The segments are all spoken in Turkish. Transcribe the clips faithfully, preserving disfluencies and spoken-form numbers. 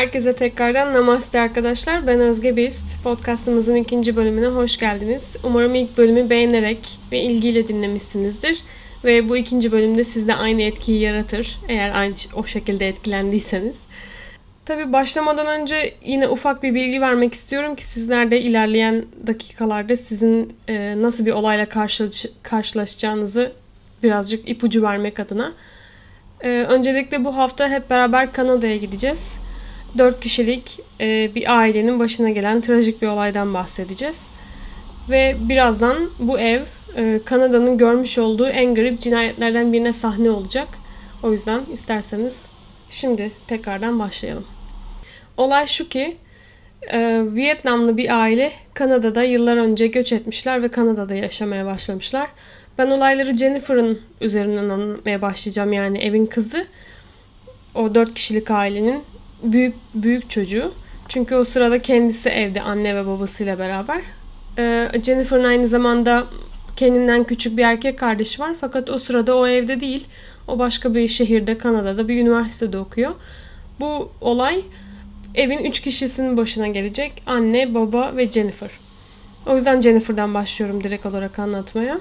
Herkese tekrardan namaste arkadaşlar. Ben Özge Bist. Podcastımızın ikinci bölümüne hoş geldiniz. Umarım ilk bölümü beğenerek ve ilgiyle dinlemişsinizdir. Ve bu ikinci bölümde sizde aynı etkiyi yaratır. Eğer aynı o şekilde etkilendiyseniz. Tabii başlamadan önce yine ufak bir bilgi vermek istiyorum ki sizler de ilerleyen dakikalarda sizin e, nasıl bir olayla karşılaş- karşılaşacağınızı birazcık ipucu vermek adına. E, öncelikle bu hafta hep beraber Kanada'ya gideceğiz. Dört kişilik e, bir ailenin başına gelen trajik bir olaydan bahsedeceğiz. Ve birazdan bu ev e, Kanada'nın görmüş olduğu en garip cinayetlerden birine sahne olacak. O yüzden isterseniz şimdi tekrardan başlayalım. Olay şu ki e, Vietnamlı bir aile Kanada'da yıllar önce göç etmişler ve Kanada'da yaşamaya başlamışlar. Ben olayları Jennifer'ın üzerinden anlatmaya başlayacağım, yani evin kızı. O dört kişilik ailenin büyük büyük çocuğu. Çünkü o sırada kendisi evde anne ve babasıyla beraber. Ee, Jennifer'ın aynı zamanda kendinden küçük bir erkek kardeşi var. Fakat o sırada o evde değil. O başka bir şehirde, Kanada'da bir üniversitede okuyor. Bu olay evin üç kişisinin başına gelecek. Anne, baba ve Jennifer. O yüzden Jennifer'dan başlıyorum direkt olarak anlatmaya.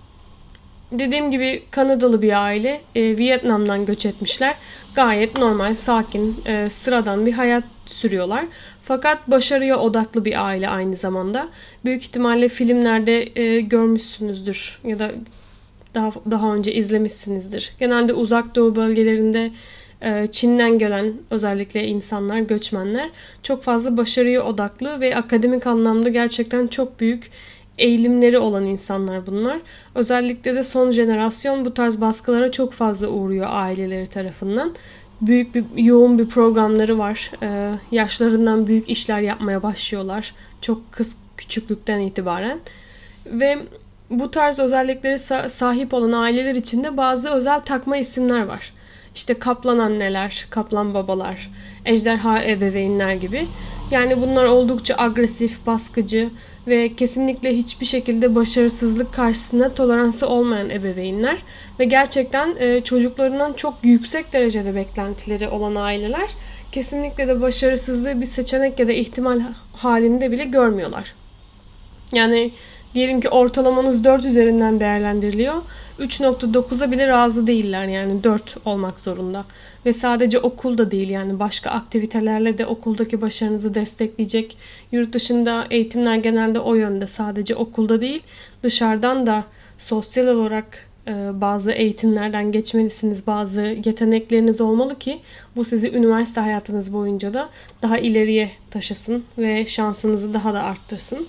Dediğim gibi Kanadalı bir aile e, Vietnam'dan göç etmişler. Gayet normal, sakin, e, sıradan bir hayat sürüyorlar. Fakat başarıya odaklı bir aile aynı zamanda. Büyük ihtimalle filmlerde e, görmüşsünüzdür ya da daha daha önce izlemişsinizdir. Genelde Uzak Doğu bölgelerinde e, Çin'den gelen özellikle insanlar, göçmenler çok fazla başarıya odaklı ve akademik anlamda gerçekten çok büyük eğilimleri olan insanlar bunlar. Özellikle de son jenerasyon bu tarz baskılara çok fazla uğruyor aileleri tarafından. Büyük bir, yoğun bir programları var. Ee, yaşlarından büyük işler yapmaya başlıyorlar. Çok kız küçüklükten itibaren. Ve bu tarz özellikleri sa- sahip olan aileler içinde bazı özel takma isimler var. İşte kaplan anneler, kaplan babalar, ejderha ebeveynler gibi. Yani bunlar oldukça agresif, baskıcı ve kesinlikle hiçbir şekilde başarısızlık karşısında toleransı olmayan ebeveynler ve gerçekten çocuklarından çok yüksek derecede beklentileri olan aileler kesinlikle de başarısızlığı bir seçenek ya da ihtimal halinde bile görmüyorlar. Yani diyelim ki ortalamanız dört üzerinden değerlendiriliyor. üç nokta dokuza bile razı değiller, yani dört olmak zorunda. Ve sadece okulda değil, yani başka aktivitelerle de okuldaki başarınızı destekleyecek. Yurt dışında eğitimler genelde o yönde, sadece okulda değil dışarıdan da sosyal olarak bazı eğitimlerden geçmelisiniz. Bazı yetenekleriniz olmalı ki bu sizi üniversite hayatınız boyunca da daha ileriye taşısın ve şansınızı daha da arttırsın.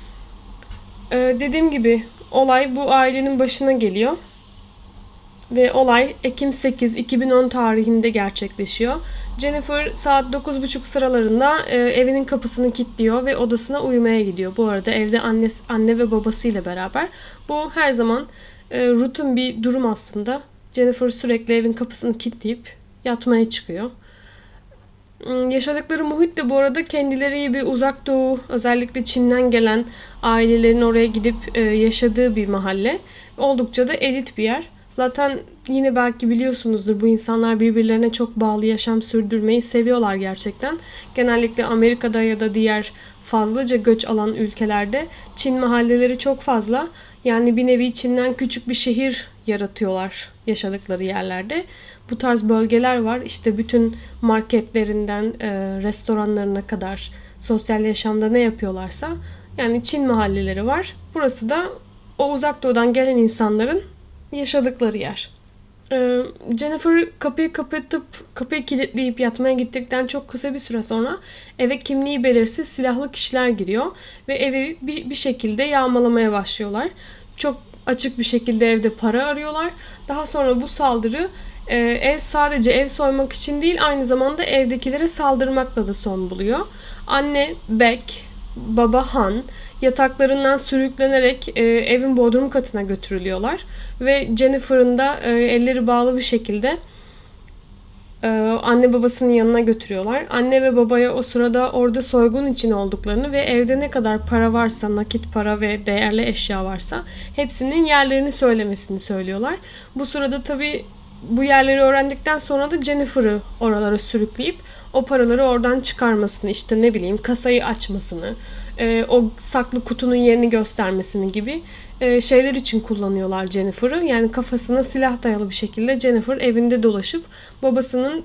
Ee, dediğim gibi olay bu ailenin başına geliyor. Ve olay Ekim sekiz iki bin on tarihinde gerçekleşiyor. Jennifer saat dokuz buçuk sıralarında e, evinin kapısını kilitliyor ve odasına uyumaya gidiyor. Bu arada evde anne, anne ve babasıyla beraber. Bu her zaman e, rutin bir durum aslında. Jennifer sürekli evin kapısını kilitleyip yatmaya çıkıyor. Yaşadıkları muhit de bu arada kendileri bir Uzak Doğu, özellikle Çin'den gelen ailelerin oraya gidip yaşadığı bir mahalle. Oldukça da elit bir yer. Zaten yine belki biliyorsunuzdur, bu insanlar birbirlerine çok bağlı yaşam sürdürmeyi seviyorlar gerçekten. Genellikle Amerika'da ya da diğer fazlaca göç alan ülkelerde Çin mahalleleri çok fazla. Yani bir nevi Çin'den küçük bir şehir yaratıyorlar yaşadıkları yerlerde. Bu tarz bölgeler var. İşte bütün marketlerinden e, restoranlarına kadar sosyal yaşamda ne yapıyorlarsa, yani Çin mahalleleri var. Burası da o Uzak Doğu'dan gelen insanların yaşadıkları yer. E, Jennifer kapıyı kapatıp kapıyı kilitleyip yatmaya gittikten çok kısa bir süre sonra eve kimliği belirsiz silahlı kişiler giriyor ve evi bir, bir şekilde yağmalamaya başlıyorlar. Çok açık bir şekilde evde para arıyorlar. Daha sonra bu saldırı Ee, ev sadece ev soymak için değil, aynı zamanda evdekilere saldırmakla da son buluyor. Anne Beck, baba Han yataklarından sürüklenerek e, evin bodrum katına götürülüyorlar. Ve Jennifer'ın da e, elleri bağlı bir şekilde e, anne babasının yanına götürüyorlar. Anne ve babaya o sırada orada soygun için olduklarını ve evde ne kadar para varsa, nakit para ve değerli eşya varsa hepsinin yerlerini söylemesini söylüyorlar. Bu sırada tabii bu yerleri öğrendikten sonra da Jennifer'ı oralara sürükleyip o paraları oradan çıkarmasını, işte ne bileyim kasayı açmasını, e, o saklı kutunun yerini göstermesini gibi e, şeyler için kullanıyorlar Jennifer'ı. Yani kafasına silah dayalı bir şekilde Jennifer evinde dolaşıp babasının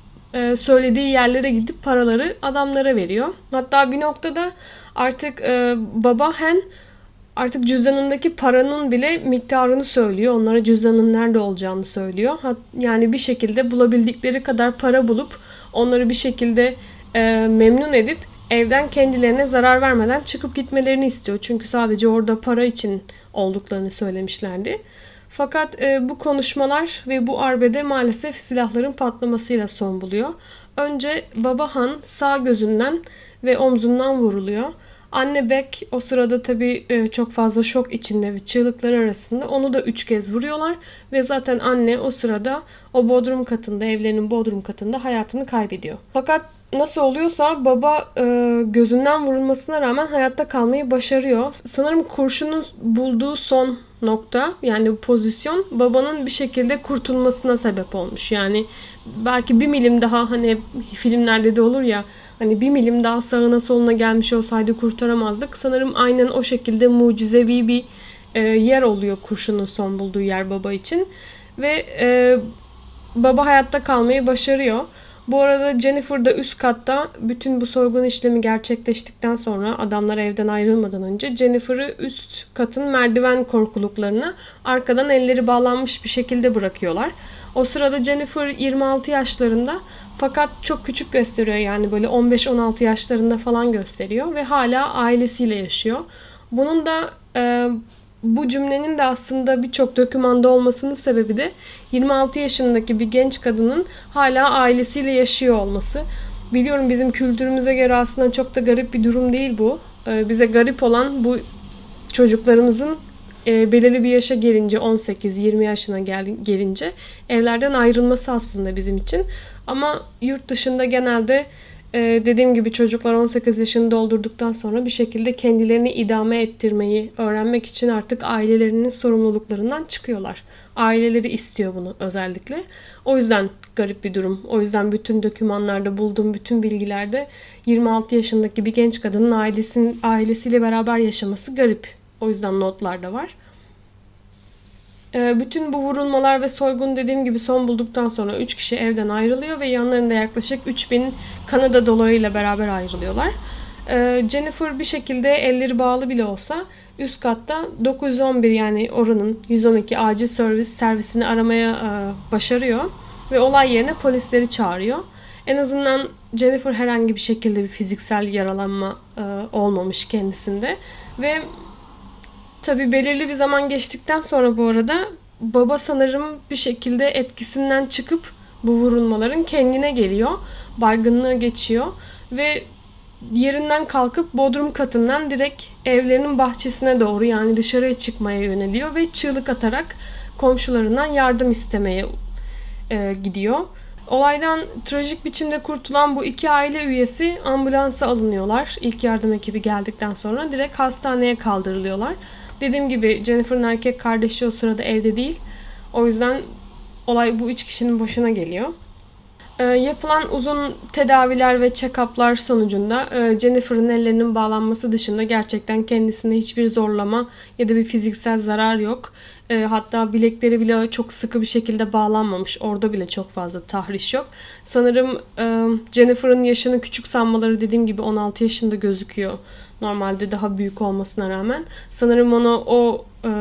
e, söylediği yerlere gidip paraları adamlara veriyor. Hatta bir noktada artık e, baba Hen artık cüzdanındaki paranın bile miktarını söylüyor. Onlara cüzdanın nerede olacağını söylüyor. Yani bir şekilde bulabildikleri kadar para bulup onları bir şekilde e, memnun edip evden kendilerine zarar vermeden çıkıp gitmelerini istiyor. Çünkü sadece orada para için olduklarını söylemişlerdi. Fakat e, bu konuşmalar ve bu arbede maalesef silahların patlamasıyla son buluyor. Önce baba Han sağ gözünden ve omzundan vuruluyor. Anne Beck o sırada tabii çok fazla şok içinde ve çığlıklar arasında onu da üç kez vuruyorlar. Ve zaten anne o sırada o bodrum katında, evlerinin bodrum katında hayatını kaybediyor. Fakat nasıl oluyorsa baba gözünden vurulmasına rağmen hayatta kalmayı başarıyor. Sanırım kurşunun bulduğu son nokta, yani bu pozisyon babanın bir şekilde kurtulmasına sebep olmuş. Yani belki bir milim daha, hani filmlerde de olur ya, hani bir milim daha sağına soluna gelmiş olsaydı kurtaramazdık. Sanırım aynen o şekilde mucizevi bir e, yer oluyor kurşunun son bulduğu yer baba için. Ve e, baba hayatta kalmayı başarıyor. Bu arada Jennifer da üst katta bütün bu soygun işlemi gerçekleştikten sonra, adamlar evden ayrılmadan önce Jennifer'ı üst katın merdiven korkuluklarına arkadan elleri bağlanmış bir şekilde bırakıyorlar. O sırada Jennifer yirmi altı yaşlarında, fakat çok küçük gösteriyor, yani böyle on beş on altı yaşlarında falan gösteriyor ve hala ailesiyle yaşıyor. Bunun da e, bu cümlenin de aslında birçok dokümanda olmasının sebebi de yirmi altı yaşındaki bir genç kadının hala ailesiyle yaşıyor olması. Biliyorum bizim kültürümüze göre aslında çok da garip bir durum değil bu. E, bize garip olan bu çocuklarımızın e, belirli bir yaşa gelince, on sekiz yirmi yaşına gel, gelince evlerden ayrılması aslında bizim için. Ama yurt dışında genelde e, dediğim gibi çocuklar on sekiz yaşını doldurduktan sonra bir şekilde kendilerini idame ettirmeyi öğrenmek için artık ailelerinin sorumluluklarından çıkıyorlar. Aileleri istiyor bunu özellikle. O yüzden garip bir durum. O yüzden bütün dokümanlarda bulduğum bütün bilgilerde yirmi altı yaşındaki bir genç kadının ailesinin ailesiyle beraber yaşaması garip. O yüzden notlarda var. Bütün bu vurulmalar ve soygun dediğim gibi son bulduktan sonra üç kişi evden ayrılıyor ve yanlarında yaklaşık üç bin Kanada dolarıyla beraber ayrılıyorlar. Jennifer bir şekilde elleri bağlı bile olsa üst katta dokuz yüz on bir, yani oranın yüz on iki acil servis servisini aramaya başarıyor ve olay yerine polisleri çağırıyor. En azından Jennifer herhangi bir şekilde bir fiziksel yaralanma olmamış kendisinde ve tabii belirli bir zaman geçtikten sonra bu arada baba sanırım bir şekilde etkisinden çıkıp bu vurulmaların kendine geliyor. Baygınlığı geçiyor ve yerinden kalkıp bodrum katından direkt evlerinin bahçesine doğru, yani dışarıya çıkmaya yöneliyor ve çığlık atarak komşularından yardım istemeye e, gidiyor. Olaydan trajik biçimde kurtulan bu iki aile üyesi ambulansa alınıyorlar. İlk yardım ekibi geldikten sonra direkt hastaneye kaldırılıyorlar. Dediğim gibi Jennifer'ın erkek kardeşi o sırada evde değil. O yüzden olay bu üç kişinin başına geliyor. E, yapılan uzun tedaviler ve check-up'lar sonucunda e, Jennifer'ın ellerinin bağlanması dışında gerçekten kendisine hiçbir zorlama ya da bir fiziksel zarar yok. E, hatta bilekleri bile çok sıkı bir şekilde bağlanmamış. Orada bile çok fazla tahriş yok. Sanırım e, Jennifer'ın yaşını küçük sanmaları, dediğim gibi on altı yaşında gözüküyor. Normalde daha büyük olmasına rağmen. Sanırım onu o e,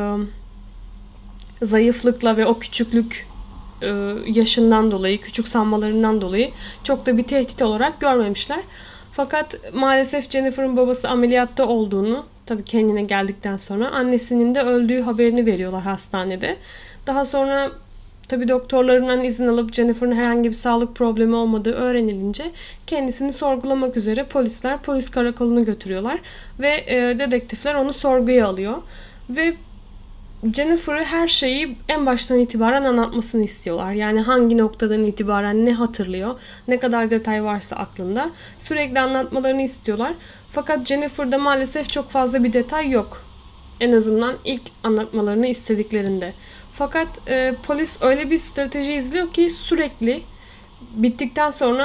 zayıflıkla ve o küçüklük e, yaşından dolayı, küçük sanmalarından dolayı çok da bir tehdit olarak görmemişler. Fakat maalesef Jennifer'ın babası ameliyatta olduğunu, tabii kendine geldikten sonra annesinin de öldüğü haberini veriyorlar hastanede. Daha sonra tabii doktorlarından izin alıp Jennifer'ın herhangi bir sağlık problemi olmadığı öğrenilince kendisini sorgulamak üzere polisler polis karakoluna götürüyorlar ve e, dedektifler onu sorguya alıyor ve Jennifer'ı her şeyi en baştan itibaren anlatmasını istiyorlar. Yani hangi noktadan itibaren ne hatırlıyor, ne kadar detay varsa aklında sürekli anlatmalarını istiyorlar. Fakat Jennifer'da maalesef çok fazla bir detay yok. En azından ilk anlatmalarını istediklerinde. Fakat e, polis öyle bir strateji izliyor ki sürekli bittikten sonra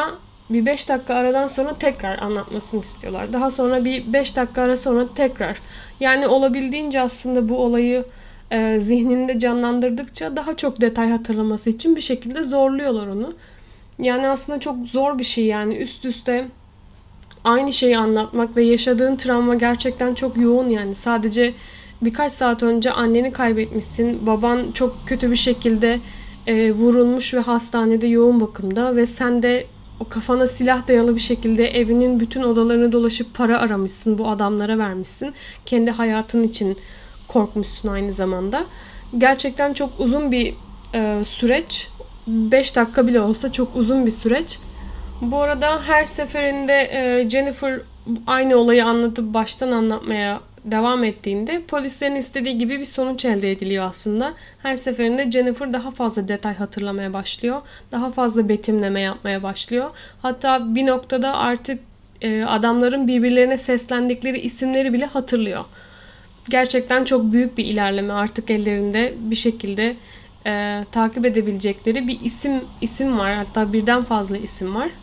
bir beş dakika aradan sonra tekrar anlatmasını istiyorlar. Daha sonra bir beş dakika ara sonra tekrar. Yani olabildiğince aslında bu olayı e, zihninde canlandırdıkça daha çok detay hatırlaması için bir şekilde zorluyorlar onu. Yani aslında çok zor bir şey, yani üst üste aynı şeyi anlatmak ve yaşadığın travma gerçekten çok yoğun yani. Sadece birkaç saat önce anneni kaybetmişsin, baban çok kötü bir şekilde e, vurulmuş ve hastanede yoğun bakımda ve sen de o kafana silah dayalı bir şekilde evinin bütün odalarını dolaşıp para aramışsın, bu adamlara vermişsin. Kendi hayatın için korkmuşsun aynı zamanda. Gerçekten çok uzun bir e, süreç. beş dakika bile olsa çok uzun bir süreç. Bu arada her seferinde e, Jennifer aynı olayı anlatıp baştan anlatmaya devam ettiğinde polislerin istediği gibi bir sonuç elde ediliyor aslında. Her seferinde Jennifer daha fazla detay hatırlamaya başlıyor. Daha fazla betimleme yapmaya başlıyor. Hatta bir noktada artık e, adamların birbirlerine seslendikleri isimleri bile hatırlıyor. Gerçekten çok büyük bir ilerleme, artık ellerinde bir şekilde e, takip edebilecekleri bir isim isim var. Hatta birden fazla isim var.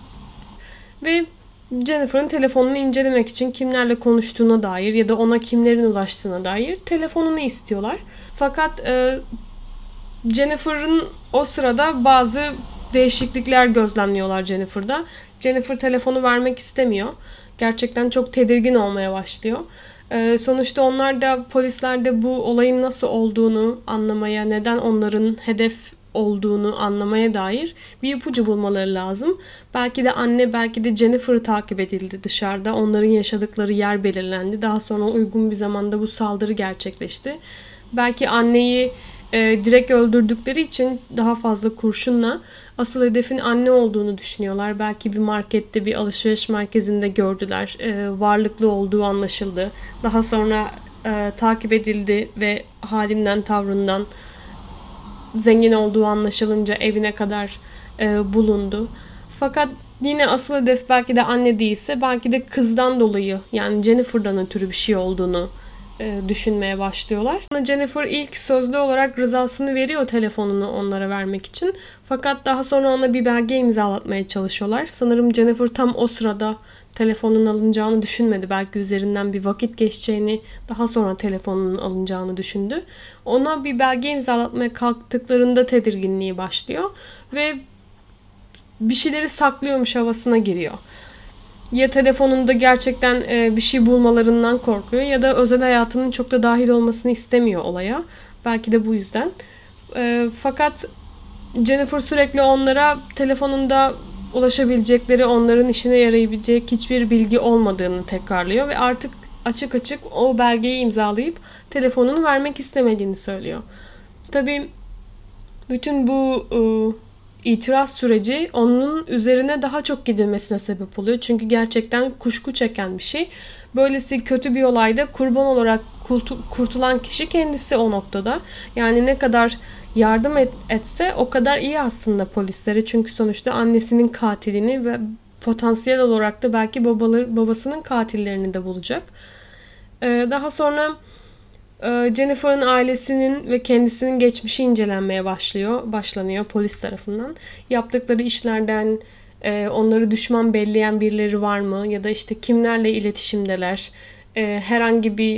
Ve Jennifer'ın telefonunu incelemek için kimlerle konuştuğuna dair ya da ona kimlerin ulaştığına dair telefonunu istiyorlar. Fakat e, Jennifer'ın o sırada bazı değişiklikler gözlemliyorlar Jennifer'da. Jennifer telefonu vermek istemiyor. Gerçekten çok tedirgin olmaya başlıyor. E, sonuçta onlar da, polisler de bu olayın nasıl olduğunu anlamaya, neden onların hedef olduğunu anlamaya dair bir ipucu bulmaları lazım. Belki de anne, belki de Jennifer'ı takip edildi dışarıda. Onların yaşadıkları yer belirlendi. Daha sonra uygun bir zamanda bu saldırı gerçekleşti. Belki anneyi e, direkt öldürdükleri için daha fazla kurşunla asıl hedefin anne olduğunu düşünüyorlar. Belki bir markette, bir alışveriş merkezinde gördüler. E, varlıklı olduğu anlaşıldı. Daha sonra e, takip edildi ve halinden, tavrından zengin olduğu anlaşılınca evine kadar e, bulundu. Fakat yine asıl hedef belki de anne değilse, belki de kızdan dolayı, yani Jennifer'dan ötürü bir şey olduğunu e, düşünmeye başlıyorlar. Jennifer ilk sözlü olarak rızasını veriyor telefonunu onlara vermek için. Fakat daha sonra ona bir belge imzalatmaya çalışıyorlar. Sanırım Jennifer tam o sırada telefonun alınacağını düşünmedi. Belki üzerinden bir vakit geçeceğini, daha sonra telefonun alınacağını düşündü. Ona bir belge imzalatmaya kalktıklarında tedirginliği başlıyor ve bir şeyleri saklıyormuş havasına giriyor. Ya telefonunda gerçekten bir şey bulmalarından korkuyor ya da özel hayatının çok da dahil olmasını istemiyor olaya. Belki de bu yüzden. Fakat Jennifer sürekli onlara telefonunda ulaşabilecekleri, onların işine yarayabilecek hiçbir bilgi olmadığını tekrarlıyor ve artık açık açık o belgeyi imzalayıp telefonunu vermek istemediğini söylüyor. Tabii bütün bu ıı, itiraz süreci onun üzerine daha çok gidilmesine sebep oluyor. Çünkü gerçekten kuşku çeken bir şey. Böylesi kötü bir olayda kurban olarak kurtulan kişi kendisi o noktada. Yani ne kadar yardım et, etse o kadar iyi aslında polislere. Çünkü sonuçta annesinin katilini ve potansiyel olarak da belki babaları, babasının katillerini de bulacak. Ee, daha sonra Jennifer'ın ailesinin ve kendisinin geçmişi incelenmeye başlıyor, başlanıyor polis tarafından. Yaptıkları işlerden onları düşman belleyen birileri var mı? Ya da işte kimlerle iletişimdeler? Herhangi bir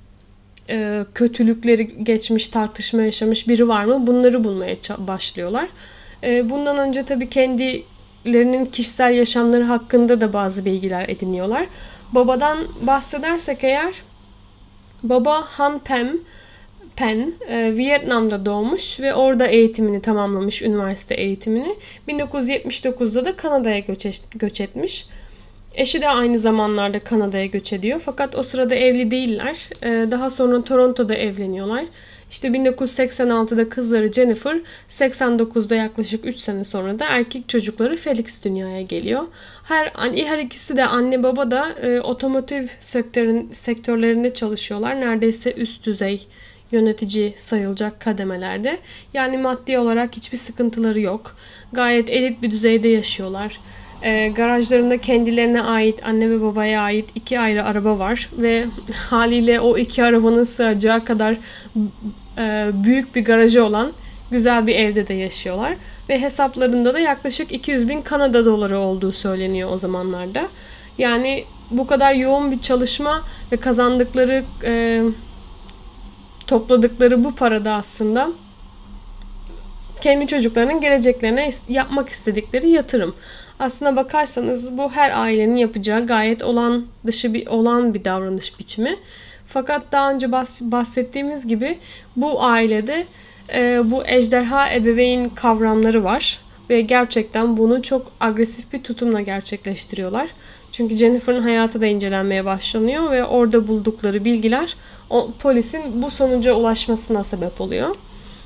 kötülükleri geçmiş, tartışma yaşamış biri var mı? Bunları bulmaya başlıyorlar. Bundan önce tabii kendilerinin kişisel yaşamları hakkında da bazı bilgiler ediniyorlar. Babadan bahsedersek eğer, baba Han Pem Pen, e, Vietnam'da doğmuş ve orada eğitimini tamamlamış, üniversite eğitimini. bin dokuz yüz yetmiş dokuzda da Kanada'ya göç, et, göç etmiş. Eşi de aynı zamanlarda Kanada'ya göç ediyor. Fakat o sırada evli değiller. E, daha sonra Toronto'da evleniyorlar. İşte bin dokuz yüz seksen altıda kızları Jennifer, seksen dokuzda yaklaşık üç sene sonra da erkek çocukları Felix dünyaya geliyor. Her her ikisi de, anne baba da e, otomotiv sektörün, sektörlerinde çalışıyorlar. Neredeyse üst düzey yönetici sayılacak kademelerde. Yani maddi olarak hiçbir sıkıntıları yok. Gayet elit bir düzeyde yaşıyorlar. E, garajlarında kendilerine ait, anne ve babaya ait iki ayrı araba var ve haliyle o iki arabanın sığacağı kadar e, büyük bir garajı olan güzel bir evde de yaşıyorlar. Ve hesaplarında da yaklaşık iki yüz bin Kanada doları olduğu söyleniyor o zamanlarda. Yani bu kadar yoğun bir çalışma ve kazandıkları, e, topladıkları bu parada aslında kendi çocuklarının geleceklerine yapmak istedikleri yatırım. Aslına bakarsanız bu her ailenin yapacağı gayet olan dışı bir olan bir davranış biçimi. Fakat daha önce bahsettiğimiz gibi bu ailede e, bu ejderha ebeveyn kavramları var ve gerçekten bunu çok agresif bir tutumla gerçekleştiriyorlar. Çünkü Jennifer'ın hayatı da incelenmeye başlanıyor ve orada buldukları bilgiler o, polisin bu sonuca ulaşmasına sebep oluyor.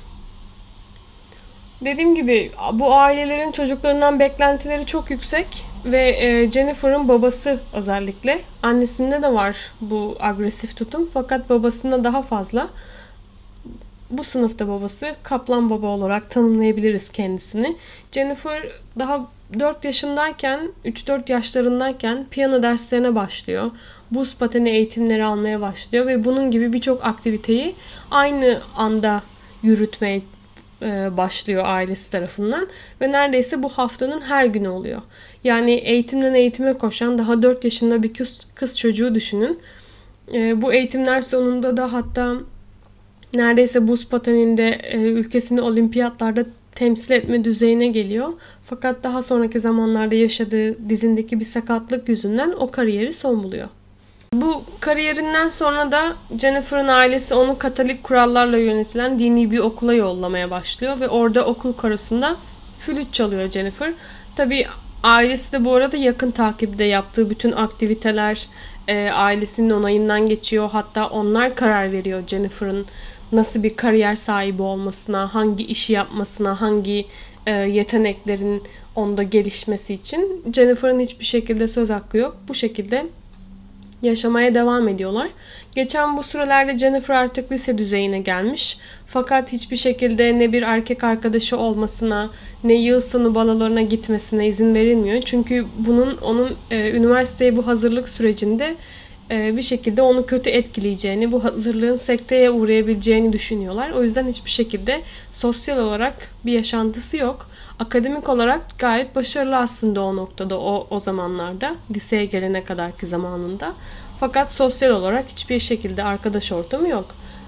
Dediğim gibi bu ailelerin çocuklarından beklentileri çok yüksek ve Jennifer'ın babası özellikle, annesinde de var bu agresif tutum fakat babasında daha fazla. Bu sınıfta babası Kaplan Baba olarak tanımlayabiliriz kendisini. Jennifer daha dört yaşındayken, üç dört yaşlarındayken piyano derslerine başlıyor. Buz pateni eğitimleri almaya başlıyor ve bunun gibi birçok aktiviteyi aynı anda yürütmeye başlıyor ailesi tarafından ve neredeyse bu haftanın her günü oluyor. Yani eğitimden eğitime koşan daha dört yaşında bir kız, kız çocuğu düşünün. Bu eğitimler sonunda da hatta neredeyse buz pateninde ülkesini olimpiyatlarda temsil etme düzeyine geliyor. Fakat daha sonraki zamanlarda yaşadığı dizindeki bir sakatlık yüzünden o kariyeri son buluyor. Bu kariyerinden sonra da Jennifer'ın ailesi onu Katolik kurallarla yönetilen dini bir okula yollamaya başlıyor ve orada okul korosunda flüt çalıyor Jennifer. Tabii ailesi de bu arada yakın takipte, yaptığı bütün aktiviteler e, ailesinin onayından geçiyor. Hatta onlar karar veriyor Jennifer'ın nasıl bir kariyer sahibi olmasına, hangi işi yapmasına, hangi e, yeteneklerin onda gelişmesi için. Jennifer'ın hiçbir şekilde söz hakkı yok. Bu şekilde yaşamaya devam ediyorlar. Geçen bu sürelerde Jennifer artık lise düzeyine gelmiş. Fakat hiçbir şekilde ne bir erkek arkadaşı olmasına, ne yıl sonu balolarına gitmesine izin verilmiyor. Çünkü bunun onun e, üniversiteye bu hazırlık sürecinde e, bir şekilde onu kötü etkileyeceğini, bu hazırlığın sekteye uğrayabileceğini düşünüyorlar. O yüzden hiçbir şekilde sosyal olarak bir yaşantısı yok. Akademik olarak gayet başarılı aslında o noktada, o, o zamanlarda, liseye gelene kadarki zamanında. Fakat sosyal olarak hiçbir şekilde arkadaş ortamı yok.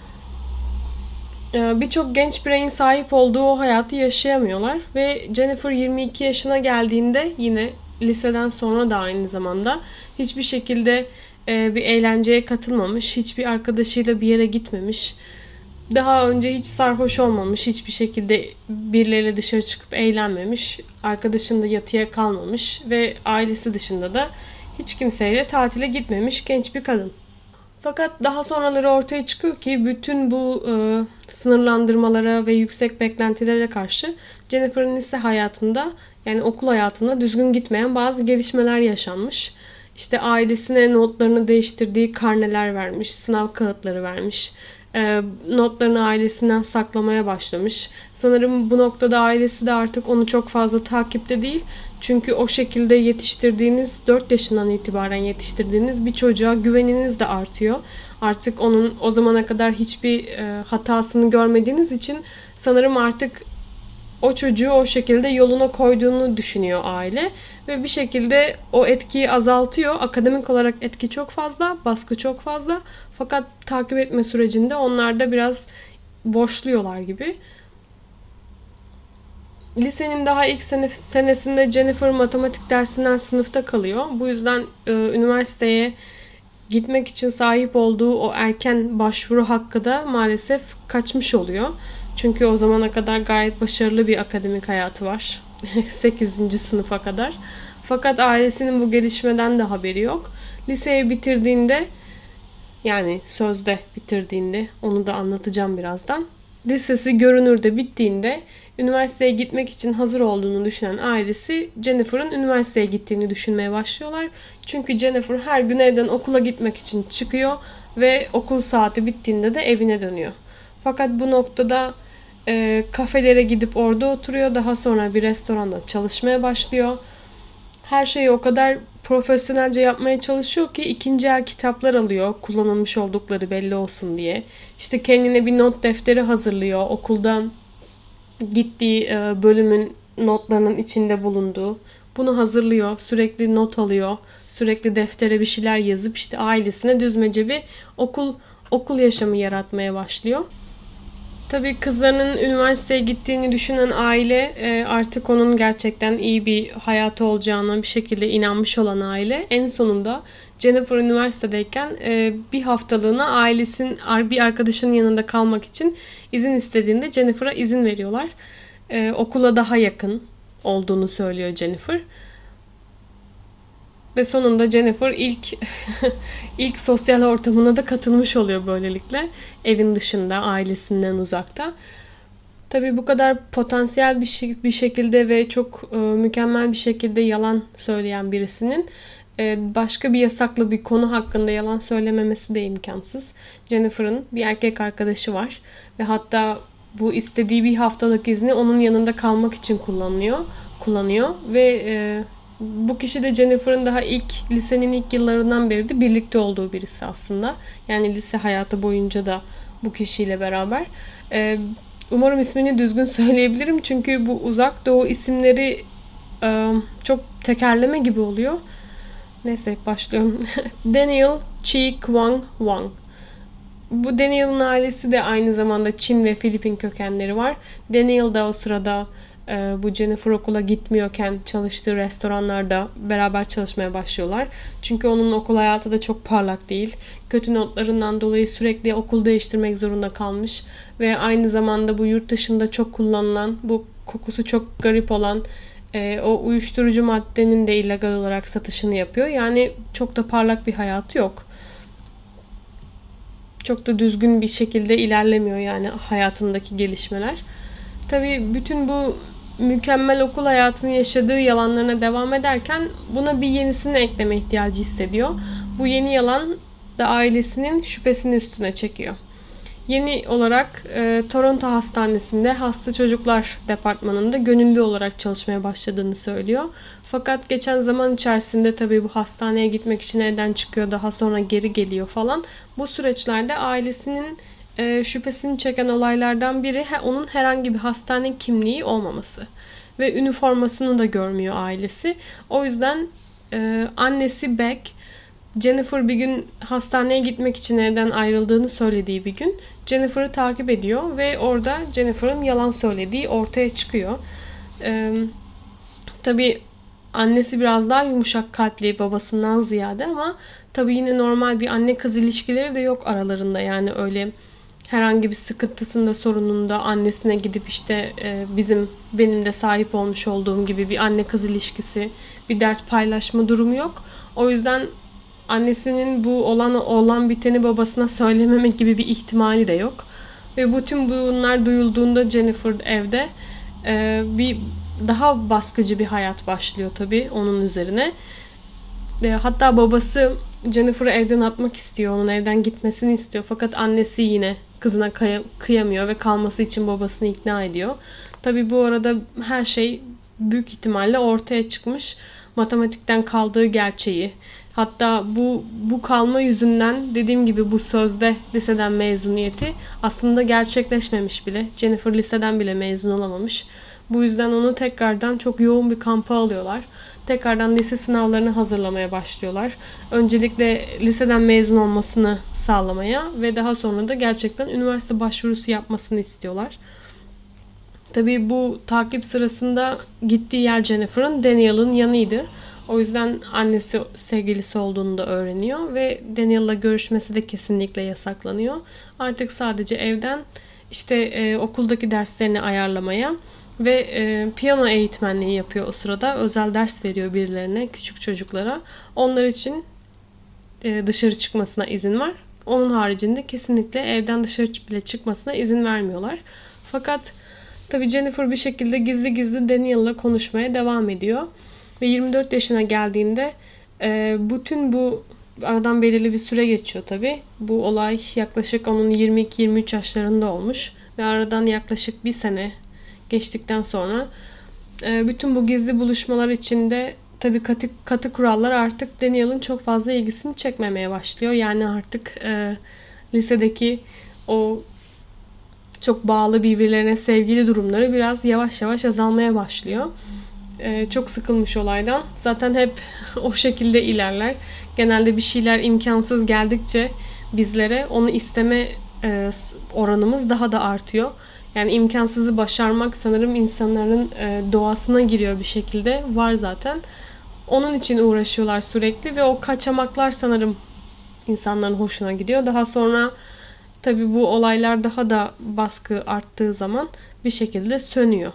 Ee, Birçok genç bireyin sahip olduğu o hayatı yaşayamıyorlar ve Jennifer yirmi iki yaşına geldiğinde yine liseden sonra da aynı zamanda hiçbir şekilde e, bir eğlenceye katılmamış, hiçbir arkadaşıyla bir yere gitmemiş. Daha önce hiç sarhoş olmamış, hiçbir şekilde birileriyle dışarı çıkıp eğlenmemiş, arkadaşında yatıya kalmamış ve ailesi dışında da hiç kimseyle tatile gitmemiş genç bir kadın. Fakat daha sonraları ortaya çıkıyor ki bütün bu e, sınırlandırmalara ve yüksek beklentilere karşı Jennifer'ın lise hayatında, yani okul hayatında düzgün gitmeyen bazı gelişmeler yaşanmış. İşte ailesine notlarını değiştirdiği karneler vermiş, sınav kağıtları vermiş. E, notlarını ailesinden saklamaya başlamış. Sanırım bu noktada ailesi de artık onu çok fazla takipte değil. Çünkü o şekilde yetiştirdiğiniz, dört yaşından itibaren yetiştirdiğiniz bir çocuğa güveniniz de artıyor. Artık onun o zamana kadar hiçbir e, hatasını görmediğiniz için sanırım artık o çocuğu o şekilde yoluna koyduğunu düşünüyor aile. Ve bir şekilde o etkiyi azaltıyor. Akademik olarak etki çok fazla, baskı çok fazla. Fakat takip etme sürecinde onlar da biraz boşluyorlar gibi. Lisenin daha ilk sene, senesinde Jennifer matematik dersinden sınıfta kalıyor. Bu yüzden e, üniversiteye gitmek için sahip olduğu o erken başvuru hakkı da maalesef kaçmış oluyor. Çünkü o zamana kadar gayet başarılı bir akademik hayatı var. sekizinci sınıfa kadar. Fakat ailesinin bu gelişmeden de haberi yok. Liseyi bitirdiğinde, yani sözde bitirdiğinde, onu da anlatacağım birazdan. Lisesi görünürde bittiğinde üniversiteye gitmek için hazır olduğunu düşünen ailesi Jennifer'ın üniversiteye gittiğini düşünmeye başlıyorlar. Çünkü Jennifer her gün evden okula gitmek için çıkıyor ve okul saati bittiğinde de evine dönüyor. Fakat bu noktada e, kafelere gidip orada oturuyor. Daha sonra bir restoranda çalışmaya başlıyor. Her şeyi o kadar profesyonelce yapmaya çalışıyor ki ikinci el kitaplar alıyor, kullanılmış oldukları belli olsun diye. İşte kendine bir not defteri hazırlıyor. Okuldan gittiği e, bölümün notlarının içinde bulunduğu. Bunu hazırlıyor, sürekli not alıyor, sürekli deftere bir şeyler yazıp işte ailesine düzmece bir okul okul yaşamı yaratmaya başlıyor. Tabii kızlarının üniversiteye gittiğini düşünen aile e, artık onun gerçekten iyi bir hayatı olacağına bir şekilde inanmış olan aile en sonunda Jennifer üniversitedeyken e, bir haftalığına ailesinin bir arkadaşının yanında kalmak için izin istediğinde Jennifer'a izin veriyorlar. E, okula daha yakın olduğunu söylüyor Jennifer. Ve sonunda Jennifer ilk ilk sosyal ortamına da katılmış oluyor böylelikle. Evin dışında, ailesinden uzakta. Tabii bu kadar potansiyel bir, şey, bir şekilde ve çok e, mükemmel bir şekilde yalan söyleyen birisinin e, başka bir yasaklı bir konu hakkında yalan söylememesi de imkansız. Jennifer'ın bir erkek arkadaşı var ve hatta bu istediği bir haftalık izni onun yanında kalmak için kullanıyor, kullanıyor ve e, bu kişi de Jennifer'ın daha ilk lisenin ilk yıllarından beri de birlikte olduğu birisi aslında. Yani lise hayatı boyunca da bu kişiyle beraber. Ee, umarım ismini düzgün söyleyebilirim. Çünkü bu uzak doğu isimleri e, çok tekerleme gibi oluyor. Neyse başlıyorum. Daniel Chi Kwang Wang. Bu Daniel'ın ailesi de aynı zamanda Çin ve Filipin kökenleri var. Daniel da o sırada bu Jennifer okula gitmiyorken çalıştığı restoranlarda beraber çalışmaya başlıyorlar. Çünkü onun okul hayatı da çok parlak değil. Kötü notlarından dolayı sürekli okul değiştirmek zorunda kalmış. Ve aynı zamanda bu yurt dışında çok kullanılan, bu kokusu çok garip olan e, o uyuşturucu maddenin de illegal olarak satışını yapıyor. Yani çok da parlak bir hayatı yok. Çok da düzgün bir şekilde ilerlemiyor yani hayatındaki gelişmeler. Tabii bütün bu mükemmel okul hayatını yaşadığı yalanlarına devam ederken buna bir yenisini ekleme ihtiyacı hissediyor. Bu yeni yalan da ailesinin şüphesini üstüne çekiyor. Yeni olarak e, Toronto Hastanesi'nde hasta çocuklar departmanında gönüllü olarak çalışmaya başladığını söylüyor. Fakat geçen zaman içerisinde tabii bu hastaneye gitmek için evden çıkıyor, daha sonra geri geliyor falan. Bu süreçlerde ailesinin e, şüphesini çeken olaylardan biri onun herhangi bir hastane kimliği olmaması. Ve üniformasını da görmüyor ailesi. O yüzden e, annesi Beck, Jennifer bir gün hastaneye gitmek için evden ayrıldığını söylediği bir gün Jennifer'ı takip ediyor ve orada Jennifer'ın yalan söylediği ortaya çıkıyor. Ee, tabii annesi biraz daha yumuşak kalpli babasından ziyade ama tabii yine normal bir anne kız ilişkileri de yok aralarında. Yani öyle herhangi bir sıkıntısında, sorununda annesine gidip işte e, bizim benim de sahip olmuş olduğum gibi bir anne kız ilişkisi, bir dert paylaşma durumu yok. O yüzden annesinin bu olan olan biteni babasına söylememek gibi bir ihtimali de yok. Ve bütün bunlar duyulduğunda Jennifer evde e, bir daha baskıcı bir hayat başlıyor tabii onun üzerine. E, hatta babası Jennifer'ı evden atmak istiyor. Onun evden gitmesini istiyor. Fakat annesi yine kızına kıyamıyor ve kalması için babasını ikna ediyor. Tabii bu arada her şey büyük ihtimalle ortaya çıkmış. Matematikten kaldığı gerçeği. Hatta bu bu kalma yüzünden dediğim gibi bu sözde liseden mezuniyeti aslında gerçekleşmemiş bile. Jennifer liseden bile mezun olamamış. Bu yüzden onu tekrardan çok yoğun bir kampa alıyorlar. Tekrardan lise sınavlarını hazırlamaya başlıyorlar. Öncelikle liseden mezun olmasını sağlamaya ve daha sonra da gerçekten üniversite başvurusu yapmasını istiyorlar. Tabii bu takip sırasında gittiği yer Jennifer'ın Daniel'ın yanıydı. O yüzden annesi sevgilisi olduğunu da öğreniyor ve Daniel'la görüşmesi de kesinlikle yasaklanıyor. Artık sadece evden işte e, okuldaki derslerini ayarlamaya ve e, piyano eğitmenliği yapıyor o sırada. Özel ders veriyor birilerine, küçük çocuklara. Onlar için e, dışarı çıkmasına izin var. Onun haricinde kesinlikle evden dışarı bile çıkmasına izin vermiyorlar. Fakat tabii Jennifer bir şekilde gizli gizli Daniel'la konuşmaya devam ediyor. Ve yirmi dört yaşına geldiğinde e, bütün bu aradan belirli bir süre geçiyor tabii. Bu olay yaklaşık onun yirmi iki yirmi üç yaşlarında olmuş. Ve aradan yaklaşık bir sene geçtikten sonra e, bütün bu gizli buluşmalar içinde tabii katı, katı kurallar artık Daniel'ın çok fazla ilgisini çekmemeye başlıyor. Yani artık e, lisedeki o çok bağlı birbirlerine sevgili durumları biraz yavaş yavaş azalmaya başlıyor. Ee, çok sıkılmış olaydan. Zaten hep o şekilde ilerler. Genelde bir şeyler imkansız geldikçe bizlere onu isteme e, oranımız daha da artıyor. Yani imkansızı başarmak sanırım insanların e, doğasına giriyor bir şekilde. Var zaten. Onun için uğraşıyorlar sürekli ve o kaçamaklar sanırım insanların hoşuna gidiyor. Daha sonra tabii bu olaylar daha da baskı arttığı zaman bir şekilde sönüyor.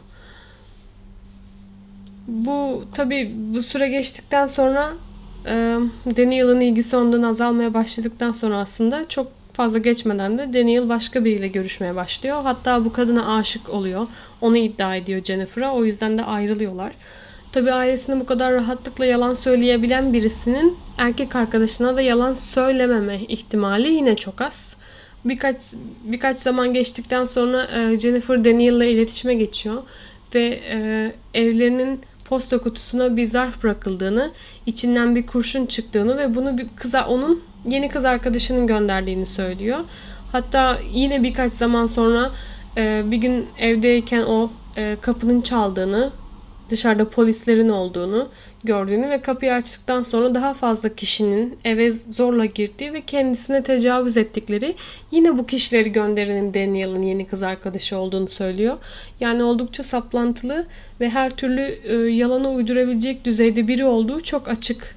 Bu tabii bu süre geçtikten sonra e, Daniel'ın ilgisi ondan azalmaya başladıktan sonra aslında çok fazla geçmeden de Daniel başka biriyle görüşmeye başlıyor. Hatta bu kadına aşık oluyor. Onu iddia ediyor Jennifer'a. O yüzden de ayrılıyorlar. Tabii ailesine bu kadar rahatlıkla yalan söyleyebilen birisinin erkek arkadaşına da yalan söylememe ihtimali yine çok az. Birkaç birkaç zaman geçtikten sonra e, Jennifer Daniel'la iletişime geçiyor ve e, evlerinin posta kutusuna bir zarf bırakıldığını, içinden bir kurşun çıktığını ve bunu bir kız, onun yeni kız arkadaşının gönderdiğini söylüyor. Hatta yine birkaç zaman sonra e, bir gün evdeyken o e, kapının çaldığını, dışarıda polislerin olduğunu gördüğünü ve kapıyı açtıktan sonra daha fazla kişinin eve zorla girdiği ve kendisine tecavüz ettikleri, yine bu kişileri gönderenin Daniel'ın yeni kız arkadaşı olduğunu söylüyor. Yani oldukça saplantılı ve her türlü e, yalanı uydurabilecek düzeyde biri olduğu çok açık.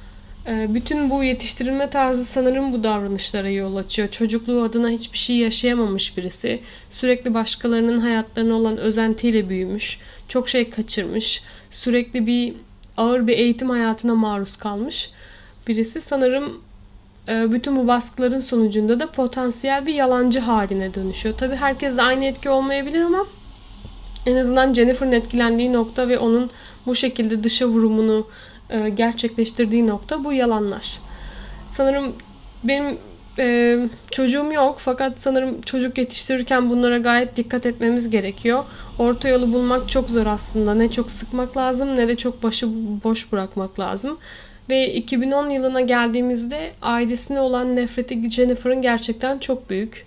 E, bütün bu yetiştirilme tarzı sanırım bu davranışlara yol açıyor. Çocukluğu adına hiçbir şey yaşayamamış birisi. Sürekli başkalarının hayatlarına olan özentiyle büyümüş. Çok şey kaçırmış. Sürekli bir ağır bir eğitim hayatına maruz kalmış birisi. Sanırım e, bütün bu baskıların sonucunda da potansiyel bir yalancı haline dönüşüyor. Tabii herkes de aynı etki olmayabilir ama en azından Jennifer'ın etkilendiği nokta ve onun bu şekilde dışa vurumunu e, gerçekleştirdiği nokta bu yalanlar. Sanırım benim e, çocuğum yok fakat sanırım çocuk yetiştirirken bunlara gayet dikkat etmemiz gerekiyor. Orta yolu bulmak çok zor aslında. Ne çok sıkmak lazım ne de çok başı boş bırakmak lazım. Ve iki bin on yılına geldiğimizde ailesine olan nefreti Jennifer'ın gerçekten çok büyük.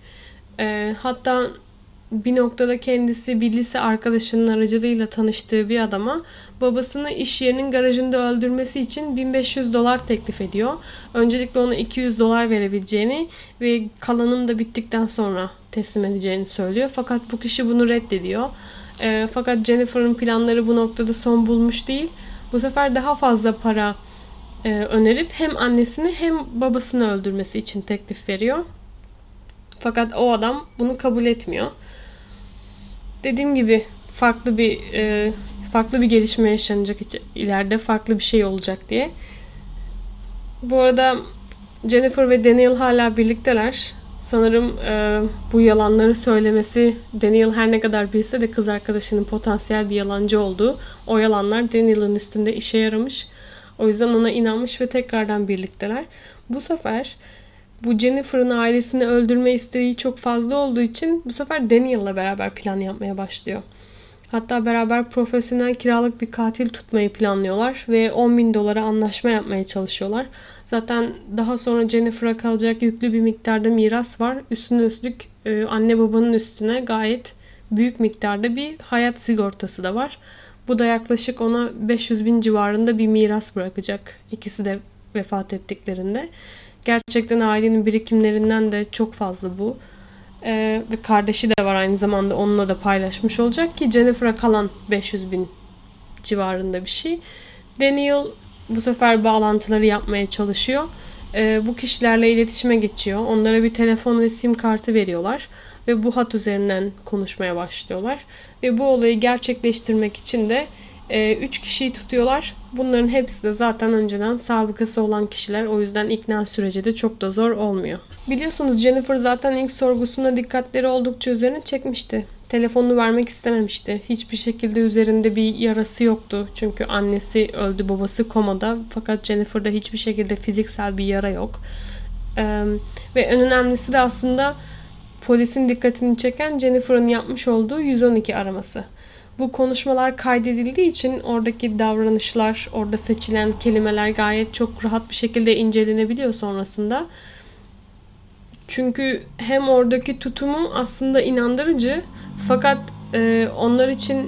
E, hatta bir noktada kendisi bir lise arkadaşının aracılığıyla tanıştığı bir adama babasını iş yerinin garajında öldürmesi için bin beş yüz dolar teklif ediyor. Öncelikle ona iki yüz dolar verebileceğini ve kalanını da bittikten sonra teslim edeceğini söylüyor. Fakat bu kişi bunu reddediyor. E, fakat Jennifer'ın planları bu noktada son bulmuş değil. Bu sefer daha fazla para e, önerip hem annesini hem babasını öldürmesi için teklif veriyor. Fakat o adam bunu kabul etmiyor. Dediğim gibi farklı bir e, farklı bir gelişme yaşanacak, ileride farklı bir şey olacak diye. Bu arada Jennifer ve Daniel hala birlikteler. Sanırım e, bu yalanları söylemesi, Daniel her ne kadar bilse de kız arkadaşının potansiyel bir yalancı olduğu, o yalanlar Daniel'ın üstünde işe yaramış. O yüzden ona inanmış ve tekrardan birlikteler. Bu sefer bu Jennifer'ın ailesini öldürme isteği çok fazla olduğu için bu sefer Daniel'la beraber plan yapmaya başlıyor. Hatta beraber profesyonel kiralık bir katil tutmayı planlıyorlar ve on bin dolara anlaşma yapmaya çalışıyorlar. Zaten daha sonra Jennifer'a kalacak yüklü bir miktarda miras var. Üstüne üstlük anne babanın üstüne gayet büyük miktarda bir hayat sigortası da var. Bu da yaklaşık ona beş yüz bin civarında bir miras bırakacak. İkisi de vefat ettiklerinde. Gerçekten ailenin birikimlerinden de çok fazla bu. Ee, ve kardeşi de var aynı zamanda, onunla da paylaşmış olacak ki Jennifer'a kalan beş yüz bin civarında bir şey. Daniel bu sefer bağlantıları yapmaya çalışıyor. Ee, bu kişilerle iletişime geçiyor. Onlara bir telefon ve sim kartı veriyorlar. Ve bu hat üzerinden konuşmaya başlıyorlar. Ve bu olayı gerçekleştirmek için de üç kişiyi tutuyorlar. Bunların hepsi de zaten önceden sabıkası olan kişiler. O yüzden ikna süreci de çok da zor olmuyor. Biliyorsunuz Jennifer zaten ilk sorgusunda dikkatleri oldukça üzerine çekmişti. Telefonunu vermek istememişti. Hiçbir şekilde üzerinde bir yarası yoktu. Çünkü annesi öldü, babası komada. Fakat Jennifer'da hiçbir şekilde fiziksel bir yara yok. Ee, ve en önemlisi de aslında polisin dikkatini çeken Jennifer'ın yapmış olduğu yüz on iki araması. Bu konuşmalar kaydedildiği için oradaki davranışlar, orada seçilen kelimeler gayet çok rahat bir şekilde incelenebiliyor sonrasında. Çünkü hem oradaki tutumu aslında inandırıcı, fakat e, onlar için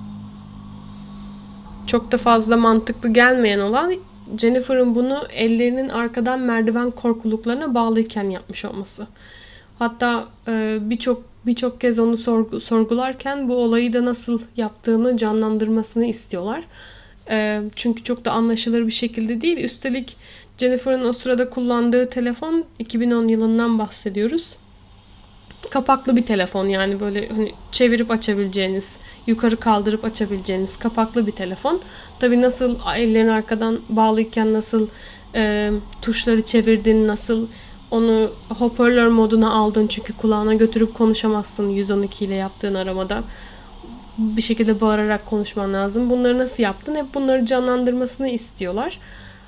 çok da fazla mantıklı gelmeyen olan Jennifer'ın bunu ellerinin arkadan merdiven korkuluklarına bağlıyken yapmış olması. Hatta e, birçok birçok kez onu sorgu, sorgularken bu olayı da nasıl yaptığını canlandırmasını istiyorlar. E, çünkü çok da anlaşılır bir şekilde değil. Üstelik Jennifer'ın o sırada kullandığı telefon, iki bin on yılından bahsediyoruz. Kapaklı bir telefon, yani böyle hani çevirip açabileceğiniz, yukarı kaldırıp açabileceğiniz kapaklı bir telefon. Tabii nasıl ellerini arkadan bağlıyken nasıl e, tuşları çevirdin, nasıl onu hoparlör moduna aldın, çünkü kulağına götürüp konuşamazsın yüz on iki ile yaptığın aramada. Bir şekilde bağırarak konuşman lazım. Bunları nasıl yaptın? Hep bunları canlandırmasını istiyorlar.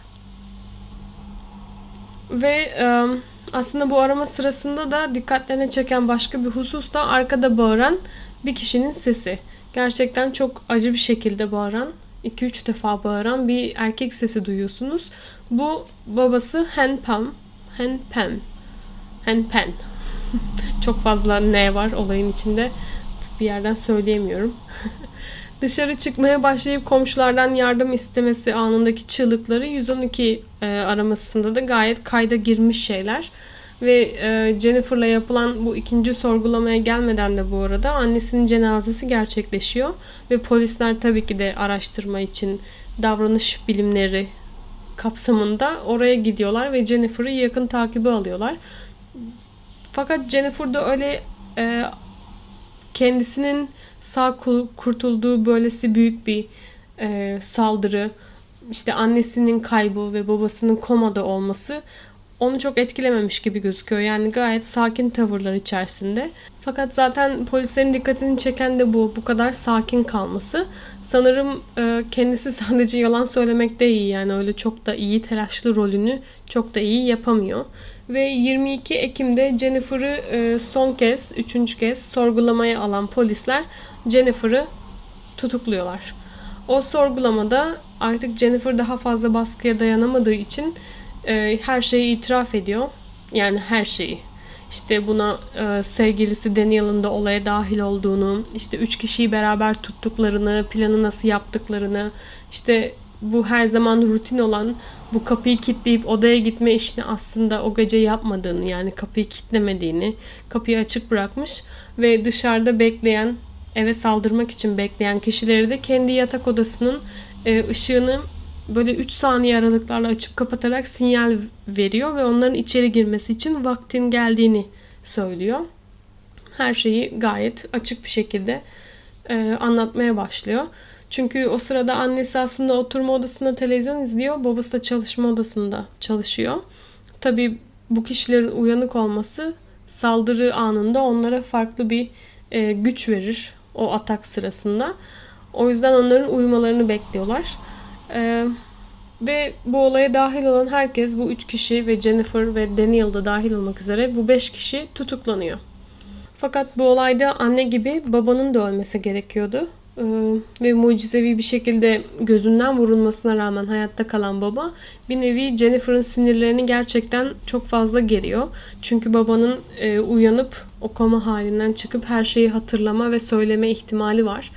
Ve e, aslında bu arama sırasında da dikkatlerine çeken başka bir husus da arkada bağıran bir kişinin sesi. Gerçekten çok acı bir şekilde bağıran, iki üç defa bağıran bir erkek sesi duyuyorsunuz. Bu babası Han Pam. Han Pen. Han Pen. Çok fazla ne var olayın içinde. Bir yerden söyleyemiyorum. Dışarı çıkmaya başlayıp komşulardan yardım istemesi anındaki çığlıkları yüz on iki e, aramasında da gayet kayda girmiş şeyler. Ve e, Jennifer'la yapılan bu ikinci sorgulamaya gelmeden de bu arada annesinin cenazesi gerçekleşiyor. Ve polisler tabii ki de araştırma için davranış bilimleri kapsamında oraya gidiyorlar ve Jennifer'ı yakın takibi alıyorlar. Fakat Jennifer da öyle e, kendisinin sağ kurtulduğu böylesi büyük bir e, saldırı, işte annesinin kaybı ve babasının komada olması onu çok etkilememiş gibi gözüküyor. Yani gayet sakin tavırlar içerisinde. Fakat zaten polislerin dikkatini çeken de bu. Bu kadar sakin kalması. Sanırım e, kendisi sadece yalan söylemekte iyi. Yani öyle çok da iyi telaşlı rolünü çok da iyi yapamıyor. Ve yirmi iki Ekim'de Jennifer'ı e, son kez, üçüncü kez sorgulamaya alan polisler Jennifer'ı tutukluyorlar. O sorgulamada artık Jennifer daha fazla baskıya dayanamadığı için e, her şeyi itiraf ediyor. Yani her şeyi. İşte buna e, sevgilisi Daniel'ın da olaya dahil olduğunu, işte üç kişiyi beraber tuttuklarını, planı nasıl yaptıklarını, işte bu her zaman rutin olan bu kapıyı kilitleyip odaya gitme işini aslında o gece yapmadığını, yani kapıyı kilitlemediğini, kapıyı açık bırakmış ve dışarıda bekleyen, eve saldırmak için bekleyen kişileri de kendi yatak odasının e, ışığını böyle üç saniye aralıklarla açıp kapatarak sinyal veriyor ve onların içeri girmesi için vaktin geldiğini söylüyor. Her şeyi gayet açık bir şekilde e, anlatmaya başlıyor. Çünkü o sırada annesi aslında oturma odasında televizyon izliyor. Babası da çalışma odasında çalışıyor. Tabii bu kişilerin uyanık olması saldırı anında onlara farklı bir e, güç verir o atak sırasında. O yüzden onların uyumalarını bekliyorlar. E, ve bu olaya dahil olan herkes, bu üç kişi ve Jennifer ve Daniel da dahil olmak üzere bu beş kişi tutuklanıyor. Fakat bu olayda anne gibi babanın da ölmesi gerekiyordu. Ee, ve mucizevi bir şekilde gözünden vurulmasına rağmen hayatta kalan baba bir nevi Jennifer'ın sinirlerini gerçekten çok fazla geriyor. Çünkü babanın e, uyanıp o koma halinden çıkıp her şeyi hatırlama ve söyleme ihtimali var.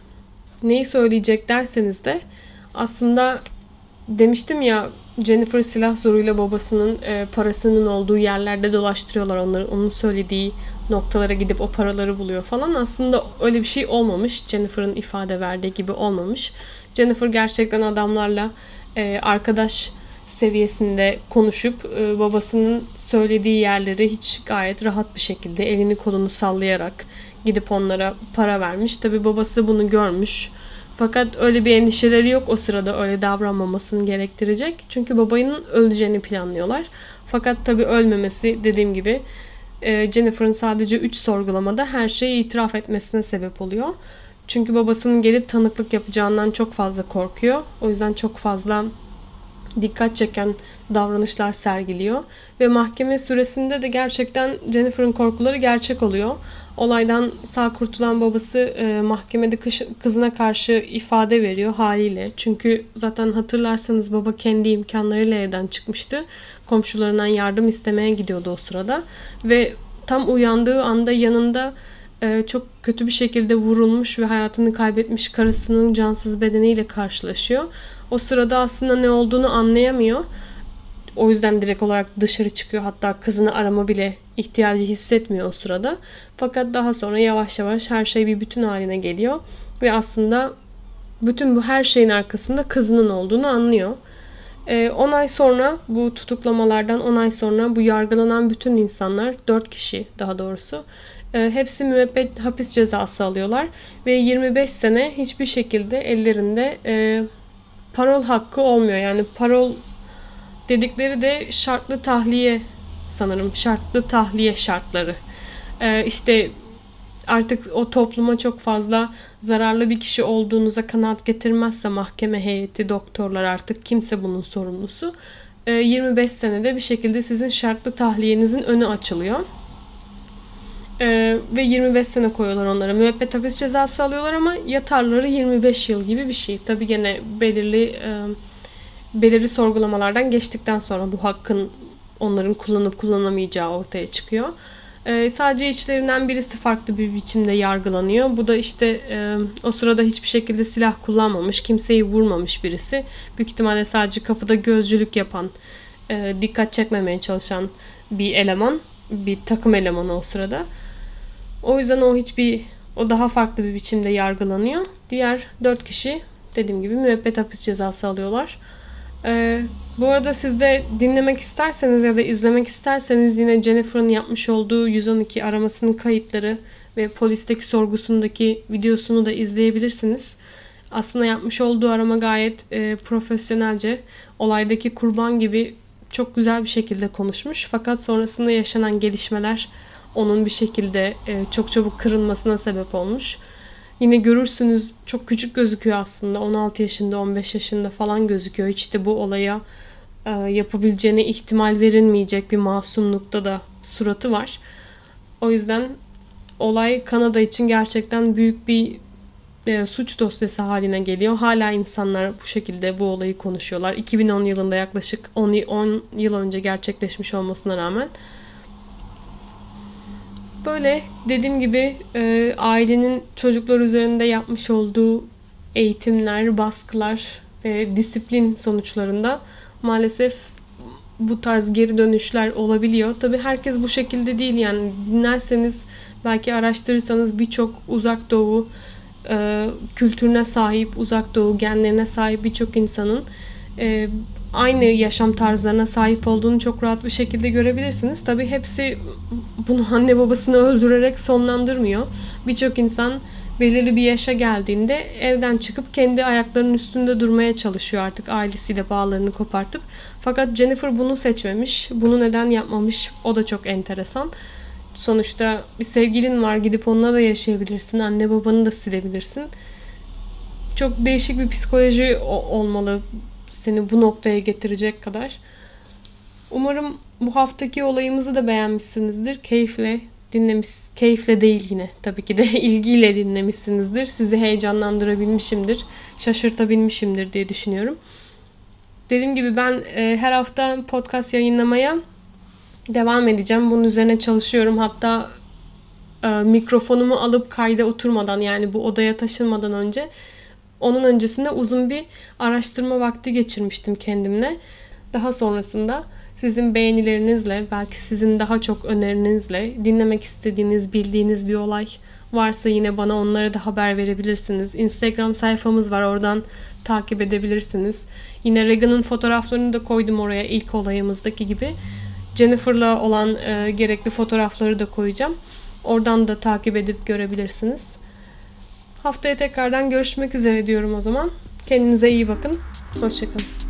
Neyi söyleyecek derseniz de aslında demiştim ya, Jennifer silah zoruyla babasının e, parasının olduğu yerlerde dolaştırıyorlar onları. Onun söylediği noktalara gidip o paraları buluyor falan. Aslında öyle bir şey olmamış. Jennifer'ın ifade verdiği gibi olmamış. Jennifer gerçekten adamlarla e, arkadaş seviyesinde konuşup e, babasının söylediği yerleri hiç gayet rahat bir şekilde elini kolunu sallayarak gidip onlara para vermiş. Tabii babası bunu görmüş. Fakat öyle bir endişeleri yok o sırada, öyle davranmamasını gerektirecek. Çünkü babanın öleceğini planlıyorlar. Fakat tabii ölmemesi, dediğim gibi Jennifer'ın sadece üç sorgulamada her şeyi itiraf etmesine sebep oluyor. Çünkü babasının gelip tanıklık yapacağından çok fazla korkuyor. O yüzden çok fazla dikkat çeken davranışlar sergiliyor. Ve mahkeme süresinde de gerçekten Jennifer'ın korkuları gerçek oluyor. Olaydan sağ kurtulan babası e, mahkemede kış, kızına karşı ifade veriyor haliyle. Çünkü zaten hatırlarsanız baba kendi imkanlarıyla evden çıkmıştı. Komşularından yardım istemeye gidiyordu o sırada. Ve tam uyandığı anda yanında e, çok kötü bir şekilde vurulmuş ve hayatını kaybetmiş karısının cansız bedeniyle karşılaşıyor. O sırada aslında ne olduğunu anlayamıyor. O yüzden direkt olarak dışarı çıkıyor. Hatta kızını arama bile ihtiyacı hissetmiyor o sırada. Fakat daha sonra yavaş yavaş her şey bir bütün haline geliyor. Ve aslında bütün bu her şeyin arkasında kızının olduğunu anlıyor. on ay sonra, bu tutuklamalardan on ay sonra bu yargılanan bütün insanlar, dört kişi daha doğrusu, hepsi müebbet hapis cezası alıyorlar. Ve yirmi beş sene hiçbir şekilde ellerinde parol hakkı olmuyor. Yani parol dedikleri de şartlı tahliye sanırım. Şartlı tahliye şartları. Ee, işte artık o topluma çok fazla zararlı bir kişi olduğunuza kanaat getirmezse mahkeme heyeti, doktorlar, artık kimse bunun sorumlusu. Ee, yirmi beş senede bir şekilde sizin şartlı tahliyenizin önü açılıyor. Ee, ve yirmi beş sene koyuyorlar onlara. Müebbet hapis cezası alıyorlar ama yatarları yirmi beş yıl gibi bir şey. Tabii gene belirli e, belirli sorgulamalardan geçtikten sonra bu hakkın onların kullanıp kullanamayacağı ortaya çıkıyor. Ee, sadece içlerinden birisi farklı bir biçimde yargılanıyor. Bu da işte e, o sırada hiçbir şekilde silah kullanmamış, kimseyi vurmamış birisi. Büyük ihtimalle sadece kapıda gözcülük yapan, e, dikkat çekmemeye çalışan bir eleman, bir takım elemanı o sırada. O yüzden o hiçbir o daha farklı bir biçimde yargılanıyor. Diğer dört kişi dediğim gibi müebbet hapis cezası alıyorlar. Ee, bu arada siz de dinlemek isterseniz ya da izlemek isterseniz yine Jennifer'ın yapmış olduğu yüz on iki aramasının kayıtları ve polisteki sorgusundaki videosunu da izleyebilirsiniz. Aslında yapmış olduğu arama gayet e, profesyonelce, olaydaki kurban gibi çok güzel bir şekilde konuşmuş. Fakat sonrasında yaşanan gelişmeler onun bir şekilde e, çok çabuk kırılmasına sebep olmuş. Yine görürsünüz, çok küçük gözüküyor aslında. on altı yaşında, on beş yaşında falan gözüküyor. Hiç de bu olaya e, yapabileceğine ihtimal verilmeyecek bir masumlukta da suratı var. O yüzden olay Kanada için gerçekten büyük bir e, suç dosyası haline geliyor. Hala insanlar bu şekilde bu olayı konuşuyorlar. iki bin on yılında yaklaşık on yıl önce gerçekleşmiş olmasına rağmen. Böyle dediğim gibi e, ailenin çocuklar üzerinde yapmış olduğu eğitimler, baskılar ve disiplin sonuçlarında maalesef bu tarz geri dönüşler olabiliyor. Tabii herkes bu şekilde değil, yani dinlerseniz, belki araştırırsanız birçok uzak doğu e, kültürüne sahip, uzak doğu genlerine sahip birçok insanın e, aynı yaşam tarzlarına sahip olduğunu çok rahat bir şekilde görebilirsiniz. Tabii hepsi bunu anne babasını öldürerek sonlandırmıyor. Birçok insan belirli bir yaşa geldiğinde evden çıkıp kendi ayaklarının üstünde durmaya çalışıyor, artık ailesiyle bağlarını kopartıp. Fakat Jennifer bunu seçmemiş. Bunu neden yapmamış? O da çok enteresan. Sonuçta bir sevgilin var, gidip onunla da yaşayabilirsin. Anne babanı da silebilirsin. Çok değişik bir psikoloji olmalı seni bu noktaya getirecek kadar. Umarım bu haftaki olayımızı da beğenmişsinizdir. Keyifle dinlemiş, keyifle değil yine tabii ki de ilgiyle dinlemişsinizdir. Sizi heyecanlandırabilmişimdir, şaşırtabilmişimdir diye düşünüyorum. Dediğim gibi ben e, her hafta podcast yayınlamaya devam edeceğim. Bunun üzerine çalışıyorum. Hatta e, mikrofonumu alıp kayda oturmadan, yani bu odaya taşınmadan önce, onun öncesinde uzun bir araştırma vakti geçirmiştim kendimle. Daha sonrasında sizin beğenilerinizle, belki sizin daha çok önerinizle dinlemek istediğiniz, bildiğiniz bir olay varsa yine bana onları da haber verebilirsiniz. Instagram sayfamız var, oradan takip edebilirsiniz. Yine Regan'ın fotoğraflarını da koydum oraya, ilk olayımızdaki gibi. Jennifer'la olan e, gerekli fotoğrafları da koyacağım. Oradan da takip edip görebilirsiniz. Haftaya tekrardan görüşmek üzere diyorum o zaman. Kendinize iyi bakın. Hoşça kalın.